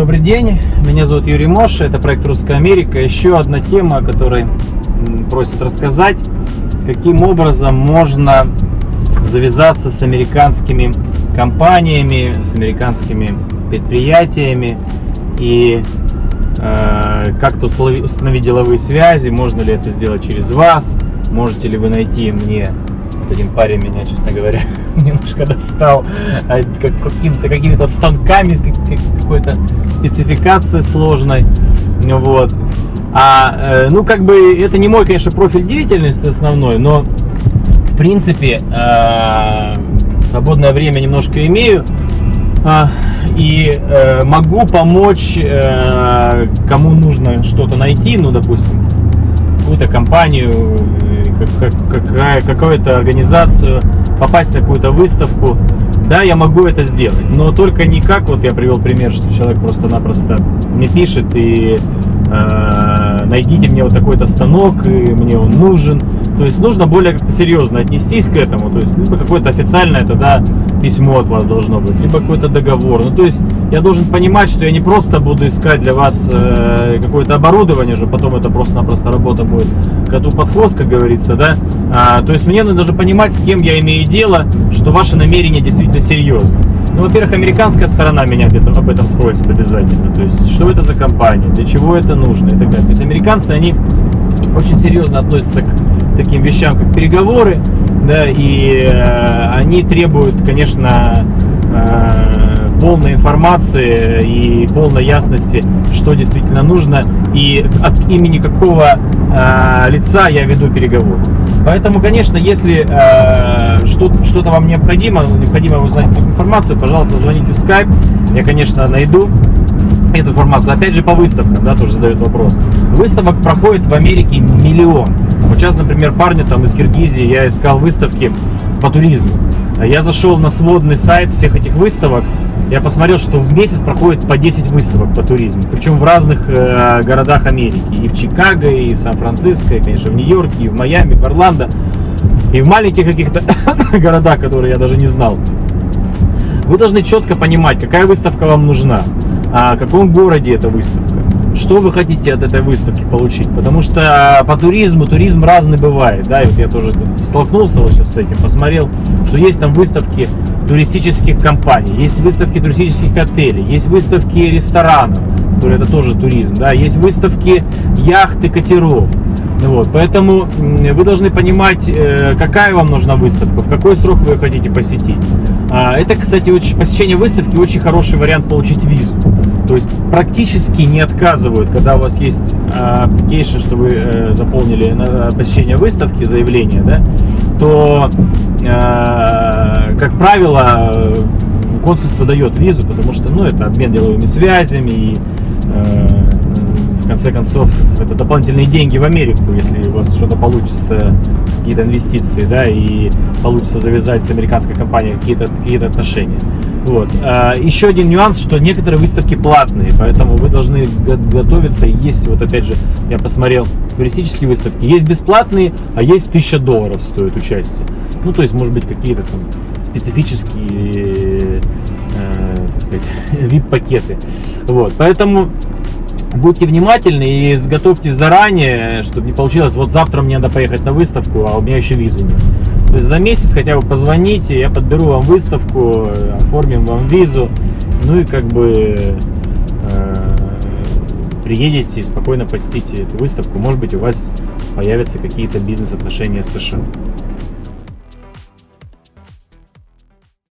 Добрый день, меня зовут Юрий Мош, это проект «Русская Америка». Еще одна тема, о которой просят рассказать, каким образом можно завязаться с американскими компаниями, с американскими предприятиями и как-то установить деловые связи, можно ли это сделать через вас, можете ли вы найти мне. Один парень меня, честно говоря, немножко достал какими-то станками, какой-то спецификацией сложной. Вот. Как бы это не мой, конечно, профиль деятельности основной, но в принципе свободное время немножко имею и могу помочь, кому нужно что-то найти, ну, допустим, какую-то компанию, какую-то организацию, попасть на какую-то выставку. Да, я могу это сделать, но только не как, вот я привел пример, что человек просто-напросто мне пишет и найдите мне вот такой-то станок, и мне он нужен. То есть нужно более как-то серьезно отнестись к этому, то есть либо какое-то официальное тогда письмо от вас должно быть, либо какой-то договор. Ну, то есть я должен понимать, что я не просто буду искать для вас какое-то оборудование, уже потом это просто-напросто работа будет коту под хвост, как говорится, да. То есть мне надо даже понимать, с кем я имею дело, что ваше намерение действительно серьезно. Ну, во-первых, американская сторона меня где-то об этом спросит обязательно. То есть, что это за компания, для чего это нужно и так далее. То есть американцы, они очень серьезно относятся к таким вещам, как переговоры, да, и они требуют, конечно, полной информации и полной ясности, что действительно нужно и от имени какого лица я веду переговоры. Поэтому, конечно, если что-то вам необходимо узнать информацию, пожалуйста, звоните в Skype, я, конечно, найду эту информацию. Опять же, по выставкам, да, тоже задают вопрос. Выставок проходит в Америке миллион. Вот сейчас, например, парни там из Киргизии, я искал выставки по туризму. Я зашел на сводный сайт всех этих выставок, я посмотрел, что в месяц проходит по 10 выставок по туризму, причем в разных городах Америки, и в Чикаго, и в Сан-Франциско, и, конечно, в Нью-Йорке, и в Майами, в Орландо, и в маленьких каких-то городах, которые я даже не знал. Вы должны четко понимать, какая выставка вам нужна, в каком городе эта выставка, что вы хотите от этой выставки получить, потому что по туризм разный бывает, да, и вот я тоже столкнулся вот сейчас с этим, посмотрел, что есть там выставки туристических компаний, есть выставки туристических отелей, есть выставки ресторанов, которые это тоже туризм, да, есть выставки яхт и катеров. Вот, поэтому вы должны понимать, какая вам нужна выставка, в какой срок вы хотите посетить. Это, кстати, посещение выставки очень хороший вариант получить визу. То есть практически не отказывают, когда у вас есть application, что вы заполнили на посещение выставки, заявление, да, то, как правило, консульство дает визу, потому что, ну, это обмен деловыми связями и в конце концов, это дополнительные деньги в Америку, если у вас что-то получится, какие-то инвестиции, да, и получится завязать с американской компанией какие-то отношения. Вот. Еще один нюанс, что некоторые выставки платные, поэтому вы должны готовиться. Есть, вот опять же, я посмотрел туристические выставки, есть бесплатные, а есть $1000 стоит участие. Ну, то есть, может быть, какие-то там специфические, так сказать, VIP-пакеты. Вот, поэтому будьте внимательны и готовьтесь заранее, чтобы не получилось, вот завтра мне надо поехать на выставку, а у меня еще визы нет. То есть за месяц хотя бы позвоните, я подберу вам выставку, оформим вам визу, ну и как бы приедете и спокойно посетите эту выставку. Может быть, у вас появятся какие-то бизнес-отношения с США.